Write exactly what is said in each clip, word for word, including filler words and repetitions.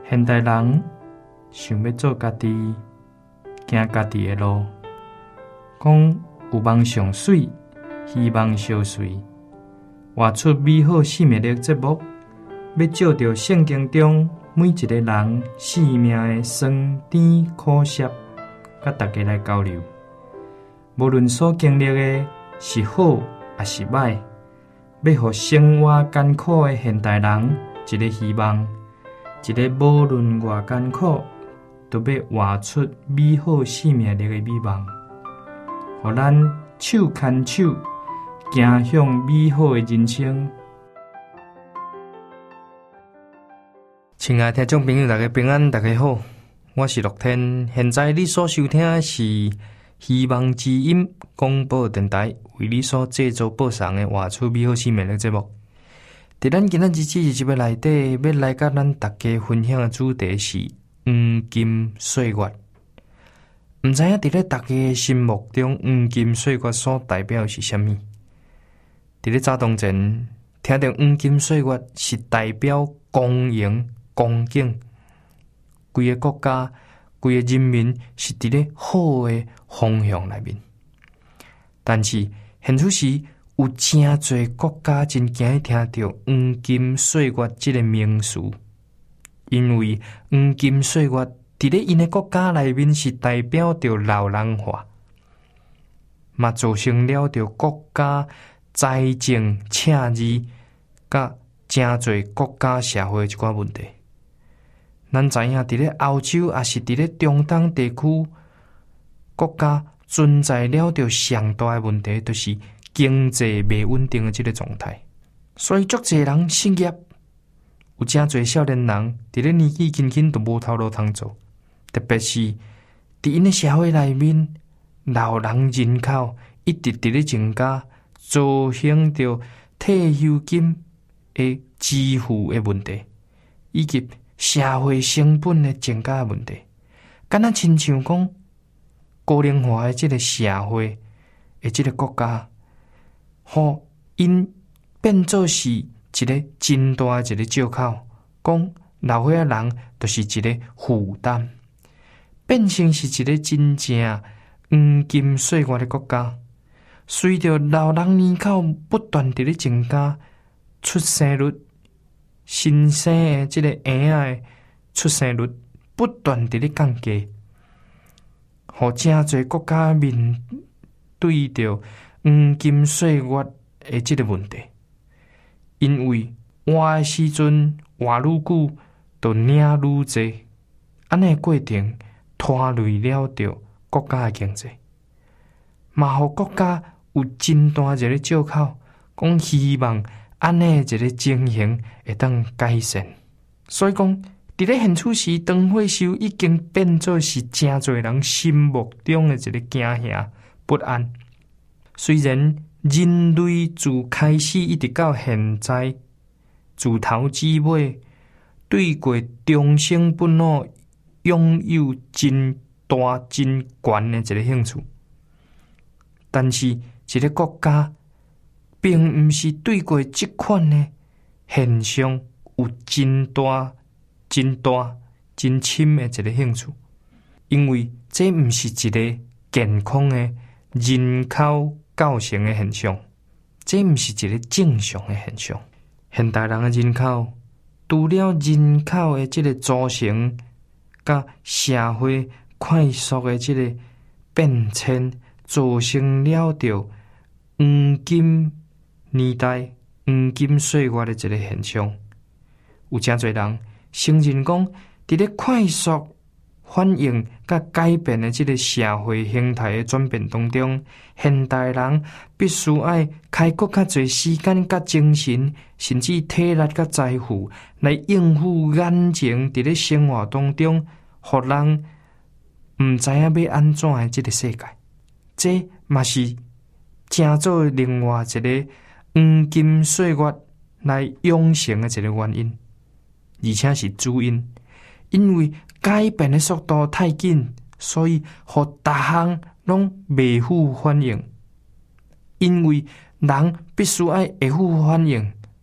现代人想要做家己，行家己的路，讲有梦上水，希望相随，活出美好生命力节目，要照着圣经中每一个人生命的酸甜苦涩，甲大家来交流。无论所经历的是好还是歹，要互生活艰苦的现代人一个希望，一个无论偌艰苦，都要活出美好生命力的美梦，互咱手牵手，行向美好的人生。亲爱的听众朋友，大家平安，大家好，我是乐天。现在你所收听的是希望之音广播电台为你所制作播送的活出美好生命的节目。在咱今仔日这一集内底，要来甲咱大家分享的主题是黄金岁月。唔知影伫咧大家的心目中，黄金岁月所代表的是啥物？伫咧早当前听到黄金岁月是代表公营、光景，规个国家、规个人民是伫咧好的方向内面。但是现此时，有真侪国家真惊听到黄金岁月这个名词，因为黄金岁月伫咧因个国家内面是代表着老人化，嘛造成了着国家财政赤字，甲真侪国家社会一寡问题。咱知影伫咧欧洲，也是伫咧中东地区国家存在了着上大的问题，就是经济未稳定的这个状态。所以足侪人失业，有真侪少年人伫咧年纪轻轻都无头路通做，特别是伫因个社会内面，老人人口一直伫咧增加，造成着退休金的支付的问题，以及社会成本的增加的问题。敢若亲像讲高龄化的这个社会的这个国家，互因变做是一个真大的一个借口，讲老岁仔人就是一个负担，变成是一个真正黄金岁月的国家。随着老人人口不断地咧增加，出生率、新生的这个婴仔的出生率不断地咧降低，互真侪国家面对着黄金岁月的这个问题。因为活的时阵活愈久，就领愈济，安尼过程拖累了着国家的经济，嘛互国家有真大一个借口，讲希望安尼一个情形会当改善。所以讲，伫咧现此时，长岁寿已经变做是真侪人心目中的一个惊吓不安。虽然人类自开始一直到现在，自头至尾对过终生不老拥有真大真悬的一个兴趣，但是一个国家并毋是对过这款的现象有真大真大真深的一个兴趣，因为这毋是一个健康的人口构成的现象，这毋是一个正常的现象。现代人的人口，除了人口的这个组成，甲社会快速的这个变迁，造成了着黄金年代、黄金岁月的一个现象。有真侪人承认讲，伫咧快速反应甲改变的这个社会形态的转变当中，现代人必须爱开阔较侪时间、甲精神，甚至体力甲财富，来应付眼前伫咧生活当中，互人毋知影要安怎的这个世界。这嘛是正做另外一个黄金岁月来养成的一个原因，而且是主因。因为改变的速度太紧，所以互逐项拢未赴反应。因为人必须爱会赴反应，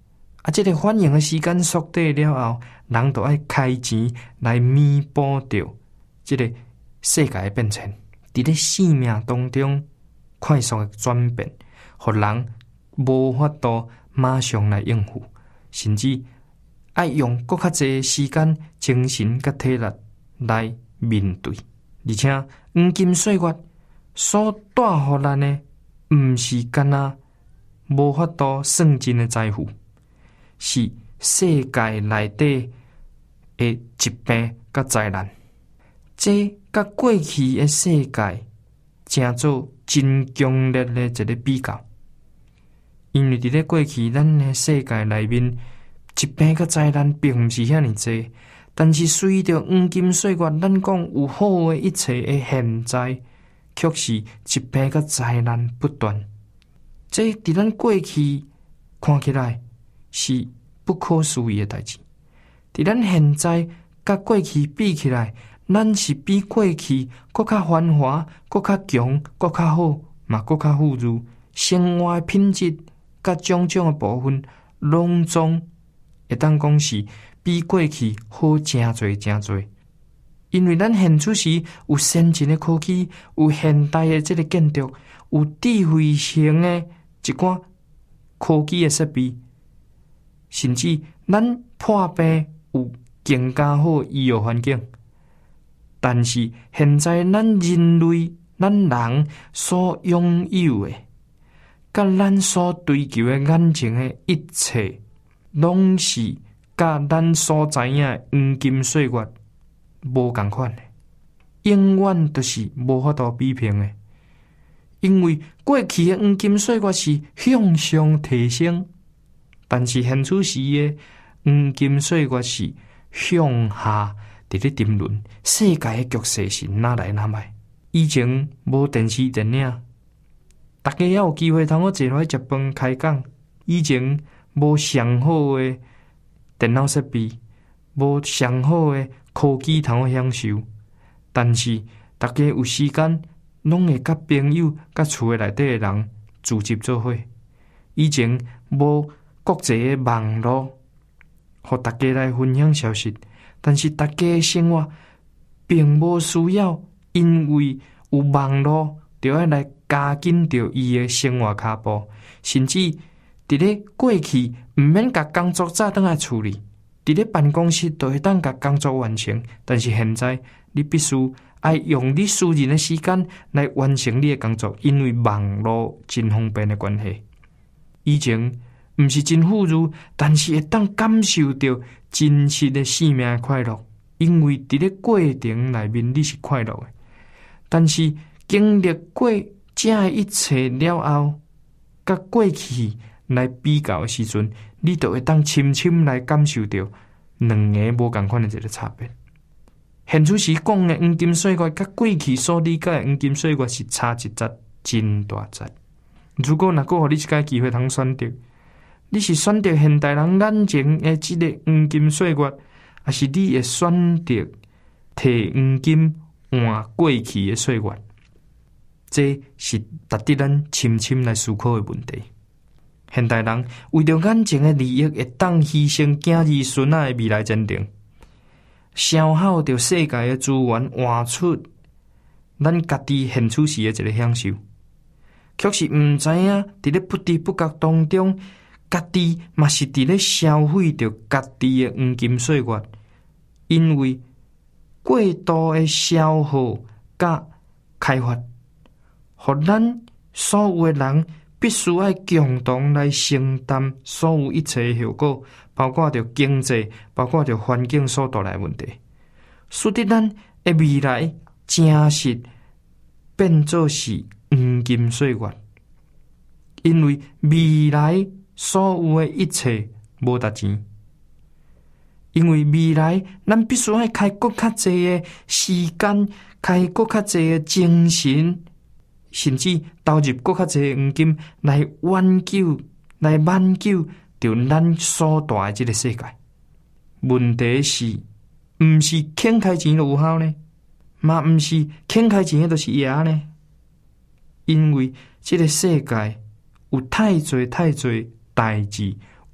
啊，这个反应的时间缩短了后，人就爱开钱来弥补掉这个世界的变迁，伫咧生命当中快速的转变，互人无法度马上来应付，甚至爱用更较侪时间、精神甲体力来面对。而且黄金岁月所带予咱的，毋是干那无法度算尽的财富，是世界内底的疾病甲灾难。这甲过去的世界正做真强烈的一个比较，因为伫咧过去咱的世界内面，疾病甲灾难并毋是遐尼济，但是随着黄金岁月，咱讲有好的一切的现在，却是疾病甲灾难不断。这伫咱过去看起来是不可思议的代志，伫咱现在甲过去比起来，咱是比过去更较繁华、更较强、更较好，嘛更较富裕，生活的品质甲种种的部分，拢总会当讲是比过去好真侪真侪。因为咱现此时有先进的科技，有现代的这个建筑，有智慧型的一寡科技的设备，甚至咱破病有更加好的医疗环境。但是现在咱人类、咱人所拥有的，甲咱所追求的眼前的一切，拢是甲咱所知影的黄金岁月无同款的，永远都是无法度比拼的。因为过去的黄金岁月是向上提升，但是现此时的黄金岁月是向下伫咧沉沦。世界的局势是哪来哪歹？以前无电视电影，大家也有机会通我坐落去食饭开讲。以前无上好的电脑设备，无上好的科技通我享受，但是大家有时间，拢会甲朋友、甲厝诶内底诶人聚集做伙。以前无国际诶网络，互大家来分享消息，但是大家诶生活并无需要，因为有网络，就要来加紧着伊诶生活脚步，甚至伫咧过去毋免甲工作早倒来处理，伫咧办公室就会当甲工作完成。但是现在你必须爱用你私人的时间来完成你的工作，因为网络真方便的关系。以前毋是真富裕，但是会当感受到真实的生命的快乐，因为伫咧过程内面你是快乐的。但是经历过这的一切了后，甲过去来比较的时阵，你就会当深深来感受到两个无同款的一个差别。现此时讲的黄金岁月，甲过去所理解的黄金岁月是差一截，真大截。如果若够互你一个机会通选择，你是选择现代人眼前的这个黄金岁月，还是你会选择摕黄金换过去的岁月？这是值得咱深深来思考的问题。现代人为着眼前的利益，会当牺牲囝儿孙仔的未来前程，消耗着世界的资源，换出咱家己现此时的一个享受，却是毋知影伫咧不知不觉当中，家己嘛是伫咧消费着家己的黄金岁月，因为过度的消耗甲开发，互咱所有的人必须要共同来承担所有一切的后果，包括着经济，包括着环境所带来的问题，使得咱的未来真实变作是黄金岁月。因为未来所有的一切无值钱，因为未来咱必须要开更较侪的时间，开更较侪的精神，甚至投入更较侪的黄金来挽救、来挽救着咱所住的这个世界。问题是，毋是欠开钱就有效呢，嘛毋是欠开钱就是赢呢？因为这个世界有太侪太侪代志，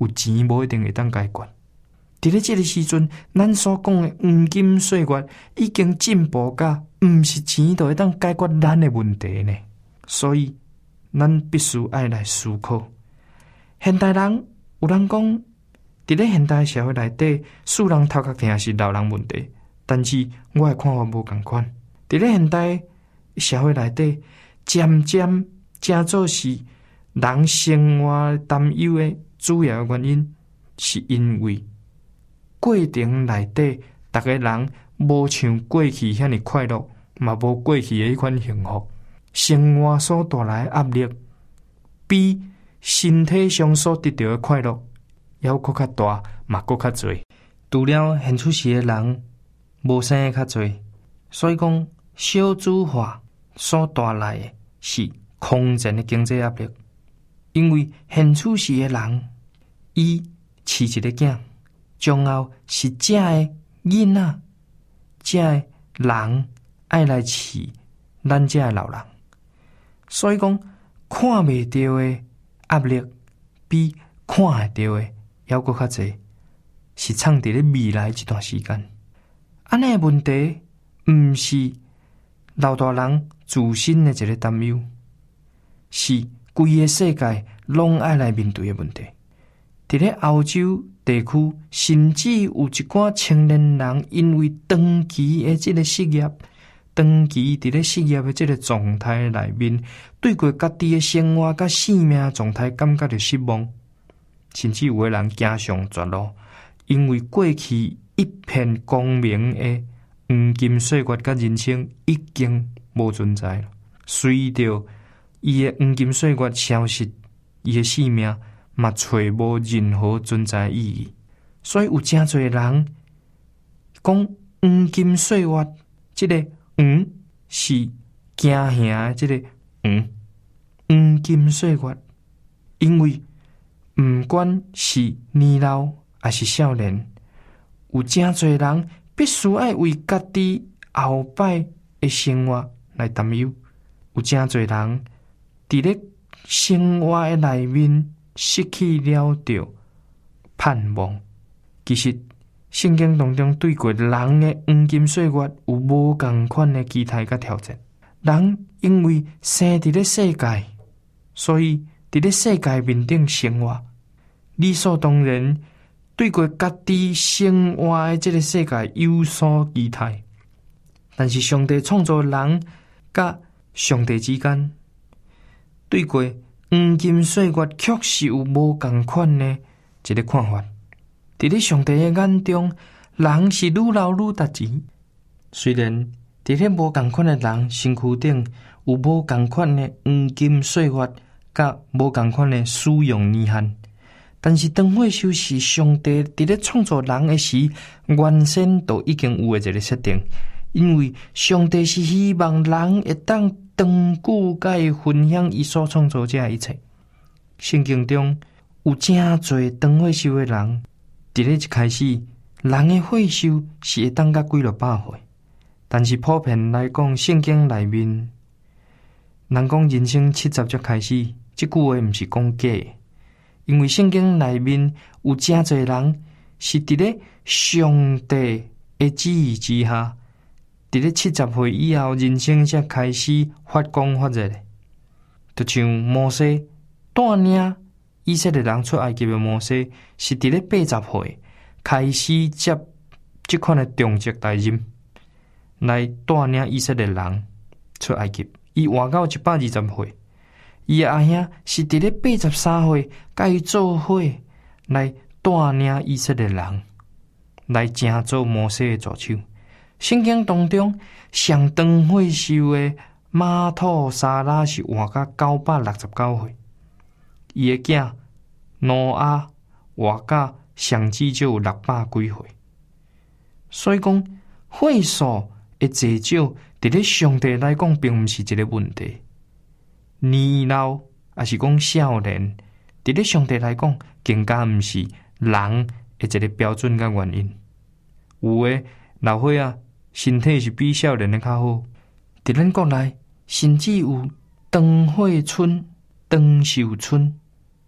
有钱无一定会当解决。伫咧这个时阵，咱所讲的黄金岁月已经进步到，毋是钱就会当解决咱的问题呢。所以，咱必须爱来思考。现代人有人讲，伫咧现代社会内底，四人头壳疼是老人问题，但是我的看法无共款。伫咧现代社会内底，渐渐正做是人生活担忧的主要原因，是因为过程内底，逐个人无像过去遐尼快乐，嘛无过去的迄款幸福。生活所带来的压力，比身体上所得到的快乐，还搁较大，嘛搁较侪。除了现出时的人无生的较侪，所以讲少子化所带来的是空前的经济压力。因为现出时的人，伊饲一个囝，将后是这个囡仔，这个人爱来饲咱这个老人，所以讲看袂到的压力，比看会到的还搁较侪，是藏伫咧未来这段时间。安尼问题，毋是老大人自身的一个担忧，是规个世界拢爱来面对的问题。伫咧欧洲地区，甚至有一寡青年人因为长期的这个失业，长期伫咧失业的这个状态内面，对过家己的生活甲性命状态感觉到失望，甚至有个人走上绝路，因为过去一片光明的黄金岁月甲人生已经无存在了。随着伊的黄金岁月消失，伊的性命嘛找无任何存在意义。所以有真侪人讲黄金岁月，这个黄是惊吓的这个黄黄金岁月，因为毋管是年老还是少年，有真侪人必须爱为家己后摆的生活来担忧。有真侪人伫咧生活的内面失去了着盼望。其实圣经当中对过人的黄金岁月有无共款的期待甲挑战。人因为生伫咧世界，所以伫咧世界面顶生活，理所当然对过家己生活的这个世界有所期待。但是上帝创造人甲上帝之间，对过黄金岁月确实有无共款的一个看法。伫咧上帝的眼中，人是愈老愈值钱。虽然伫咧无共款的人身躯顶有无共款的黄金岁月，甲无共款的使用年限，但是当会修是上帝伫咧创造人的时，原先都已经有的一个设定。因为上帝是希望人会当长久甲伊分享伊所创造这一切。圣经中有真侪当会修的人，伫咧一开始，人的会修是会当甲几落百岁，但是普遍来讲，圣经内面人讲人生七十才开始，这句话毋是讲假的，因为圣经内面有真侪人是伫咧上帝的旨意之下，伫咧七十岁以后，人生才开始发光发热的。就像摩西带领以色列人出埃及的摩西，是伫咧八十岁开始接这款的重责大任，来带领以色列人出埃及。伊活到一百二十岁，伊的阿兄是伫咧八十三岁，甲伊做伙来带领以色列人，来成做摩西的助手。圣经当中上长岁寿的马土沙拉是活到九百六十九岁，伊的囝挪亚活到上至少有六百几岁。所以讲岁数的济少，伫咧上帝来讲，并毋是一个问题。年老还是讲少年，伫咧上帝来讲，更加毋是人的一个标准甲原因。有诶老岁啊，身体是比少年的较好。伫咱国内，甚至有长岁村、长寿村，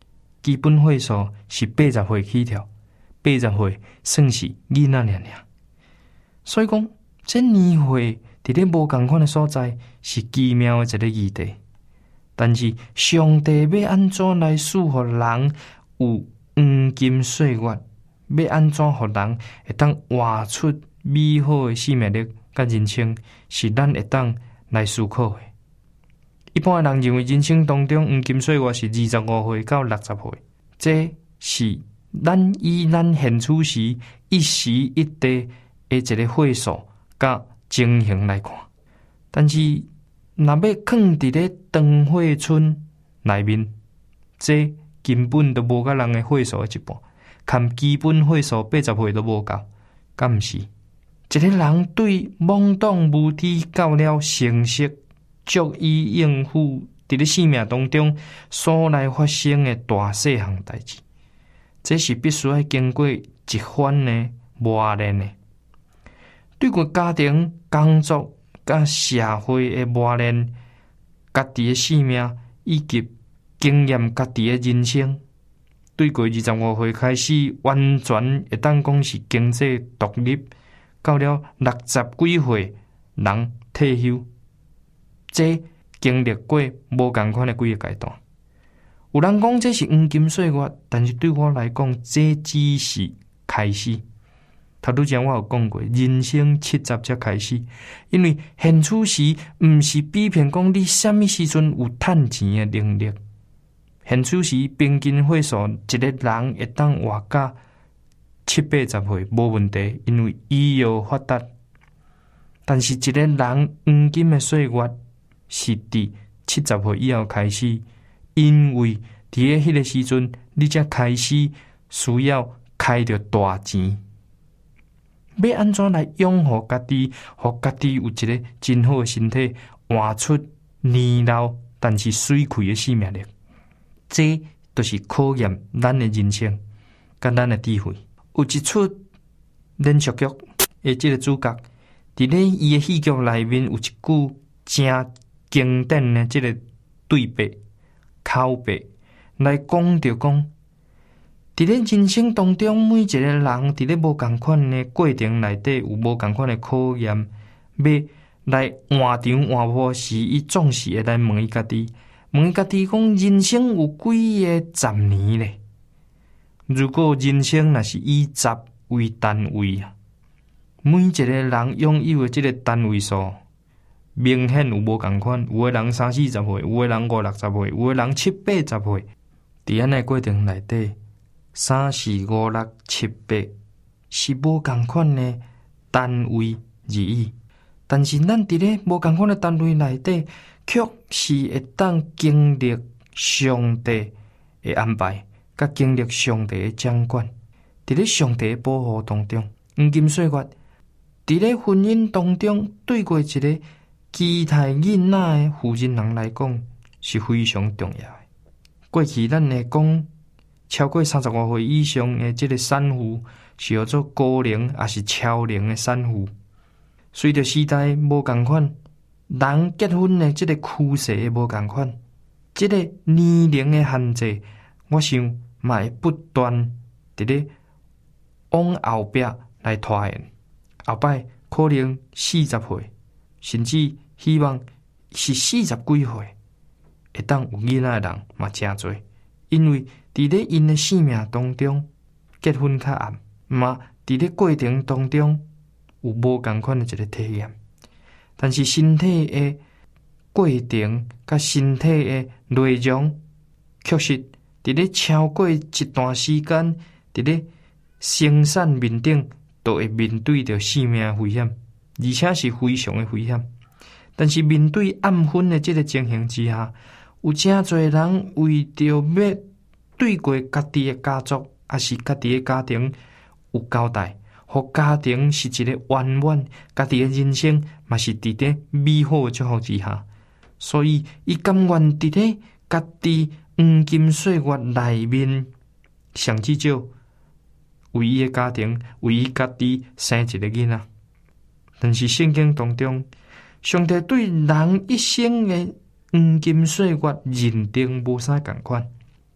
基本岁数是八十岁起跳，八十岁算是囡仔尔尔。所以讲，这年岁伫咧无共款的所在，是奇妙的一个议题。但是上帝要安怎来赐予人有黄金岁月？要安怎互人会当活出美好的生命力甲人生，是咱会当来思考的。一般的人认为人生当中黄金岁月是二十五岁到六十岁，这是咱以咱现处时一时一地的一个岁数甲情形来看。但是若要囥伫咧长岁村内面，这根本都无甲人的岁数的一半，含基本岁数八十岁都无够，敢毋是？一个人对懵懂无知到了成熟，足以应付伫咧生命当中所来发生的大细项代志，这是必须要经过一番的磨练的。对过家庭、工作、甲社会的磨练，家己的生命以及经验家己的人生。对过二十五岁开始，完全会当讲是经济独立，到了六十几岁人退休，这经历过无共款的几个阶段。有人讲这是黄金岁月，但是对我来讲，这只是开始。头拄前我有讲过，人生七十才开始，因为现处时毋是比拼讲你什么时阵有趁钱的能力。现处时平均岁数，一个人会当活到七八十岁无问题，因为医药发达。但是一个人黄金的岁月是伫七十岁以后开始，因为伫咧迄个时阵，你才开始需要开着大钱。要安怎来养护家己，互家己有一个真好的身体，活出年老但是水气的生命力？这就是考验咱的人生，甲咱的智慧。有一出连续剧的这个主角，伫咧伊的戏剧内面有一句真经典的这个对白口白来讲着讲。伫咧人生当中，每一个人伫咧无共款的过程内底，有无共款的考验，要来换场换破时，伊总是会来问伊家己，问伊家己讲：人生有几个十年咧？如果人生若是以十为单位啊，每一个人拥有的这个单位数，明显有无共款。有的人三四十岁，有的人五六十岁，有的人七八十岁。伫安尼过程内底。三四五六七八是无共款的单位而已，但是咱伫咧无共款的单位内底，却是会当经历上帝的安排，甲经历上帝的掌管。伫咧上帝的保护当中，黄金岁月伫咧婚姻当中，对过一个期待囡仔的妇人人来讲是非常重要的。过去咱会讲。超过三十五岁以上的这个产妇是叫做高龄还是超龄的产妇。随着时代无共款，人结婚的这个趋势也无共款，这个年龄的限制，我想嘛会不断伫咧往后壁来拖延。后摆可能四十岁，甚至希望是四十几岁，会当有囡仔的人嘛真多，因为。伫咧因的生命当中，结婚较暗，嘛伫咧过程当中有无共款的一个体验，但是身体的过程甲身体的内容，确实伫咧超过一段时间，伫咧生产面顶都会面对着生命危险，而且是非常的危险。但是面对暗婚的这个情形之下，有真侪人为着要对过家己的家族，还是家己的家庭有交代，互家庭是一个圆满，家己的人生嘛是伫咧美好的祝福之下，所以伊甘愿伫咧家己黄金岁月内面，上至少为伊的家庭，为伊家己生一个囡仔。但是圣经当中，上帝对人一生的黄金岁月认定无啥共款。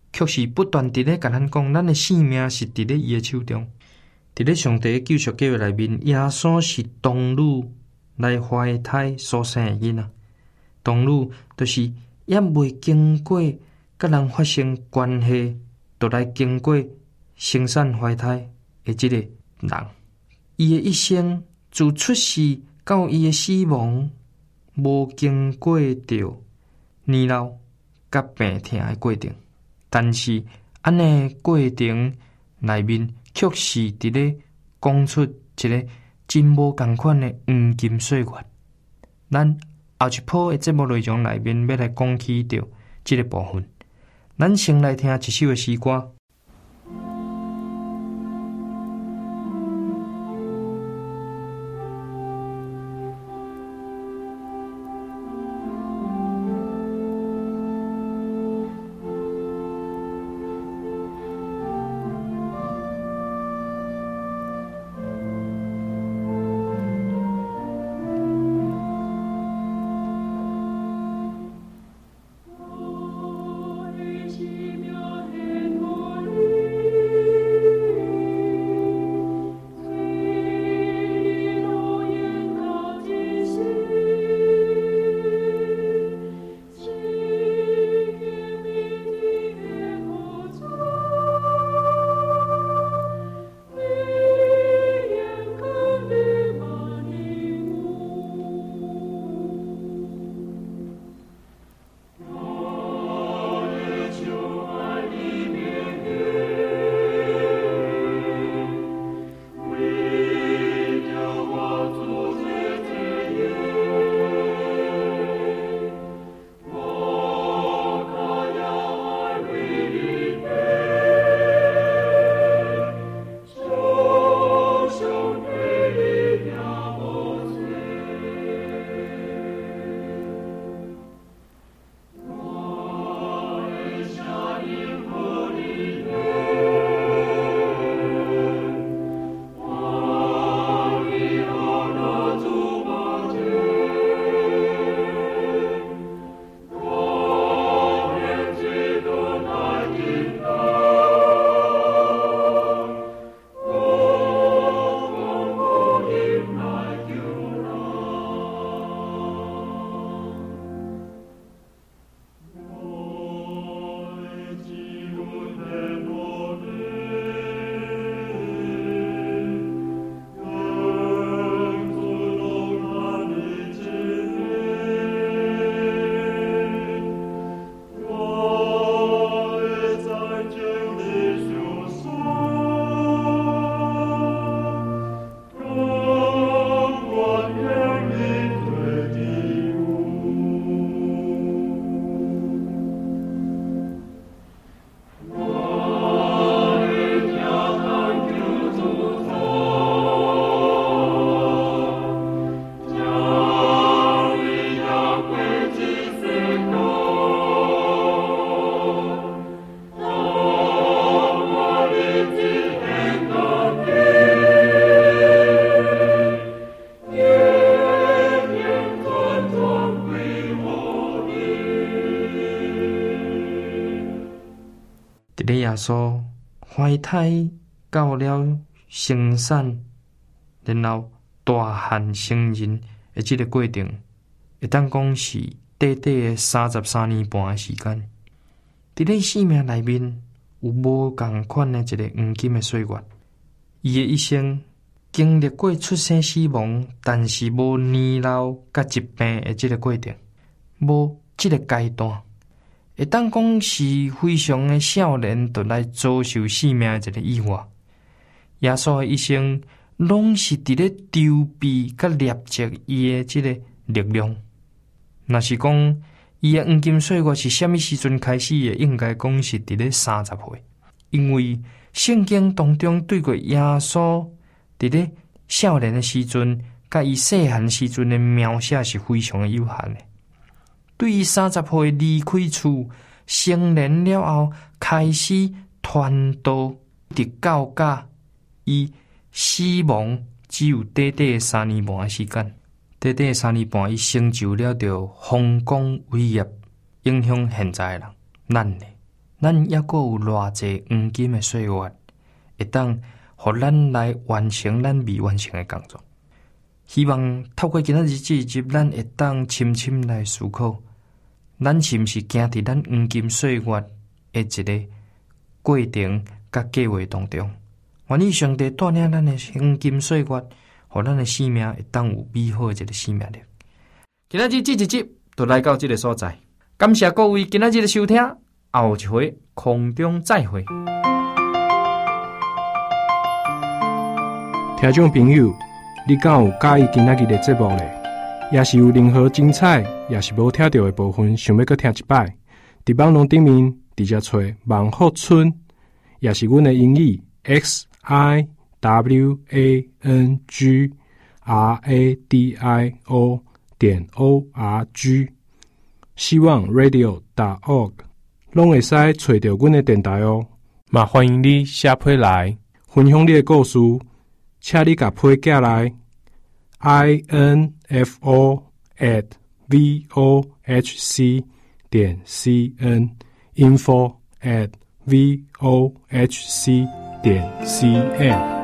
却是不断伫咧甲咱讲，咱的性命是伫咧伊的手中。伫咧上帝的救赎计划内面，耶稣是童女来怀胎所生的囡仔。童女就是也未经过甲人发生关系，就来经过生产怀胎的即个人。伊的一生自出世到伊的死亡，无经过着年老甲病痛的过程，但是安尼过程内面却是伫咧讲出一个真无共款的黄金岁月。咱后一波的节目内容内面要来讲起着即个部分，咱先来听一首的诗歌。耶稣怀胎到了生产，然后大汉成人的这个过程，会当讲是短短的三十三年半的时间。伫咧生命内面有无共款的一个黄金的岁月，伊的一生经历过出生死亡，但是无年老甲疾病的这个过程，无这个阶段。会当讲是非常的少年，就来遭受生命的一个意外。耶稣的一生，拢是伫咧筹备甲捏造伊的这个力量。若是讲伊的黄金岁月是虾米时阵开始的，应该讲是伫咧三十岁，因为圣经当中对过耶稣伫咧少年的时阵，甲伊细汉时阵的描写是非常的有限的。对于三十岁离开厝，成年了后开始传道，直到甲伊死亡只有短短三年半的时间。短短三年半，伊成就了着丰功伟业，影响现在的人，咱呢咱抑阁有偌济黄金的岁月，会当互咱来完成咱未完成的工作。希望透过今仔日这一集，咱会当深深来思考，咱是毋是行伫咱黄金岁月的一个过程甲计划当中，愿意上帝带领咱的黄金岁月，互咱的生命会当有美好的一个生命力。今仔日这一集就来到这个所在，感谢各位今仔日的收听，后一回空中再会。 听众朋友，你敢有介意今仔日的节目呢？也是有任何精彩，也是无听到的部分，想要搁听一摆？伫网络顶面直接找万福村，也是阮的英语 X I W A N G R A D I O 点 O R G， 希望 radio 点 org， 拢会使找到阮的电台哦。嘛欢迎你写批来分享你的故事，请你甲批寄来 info at vohc 点 cn info at vohc 点 cn。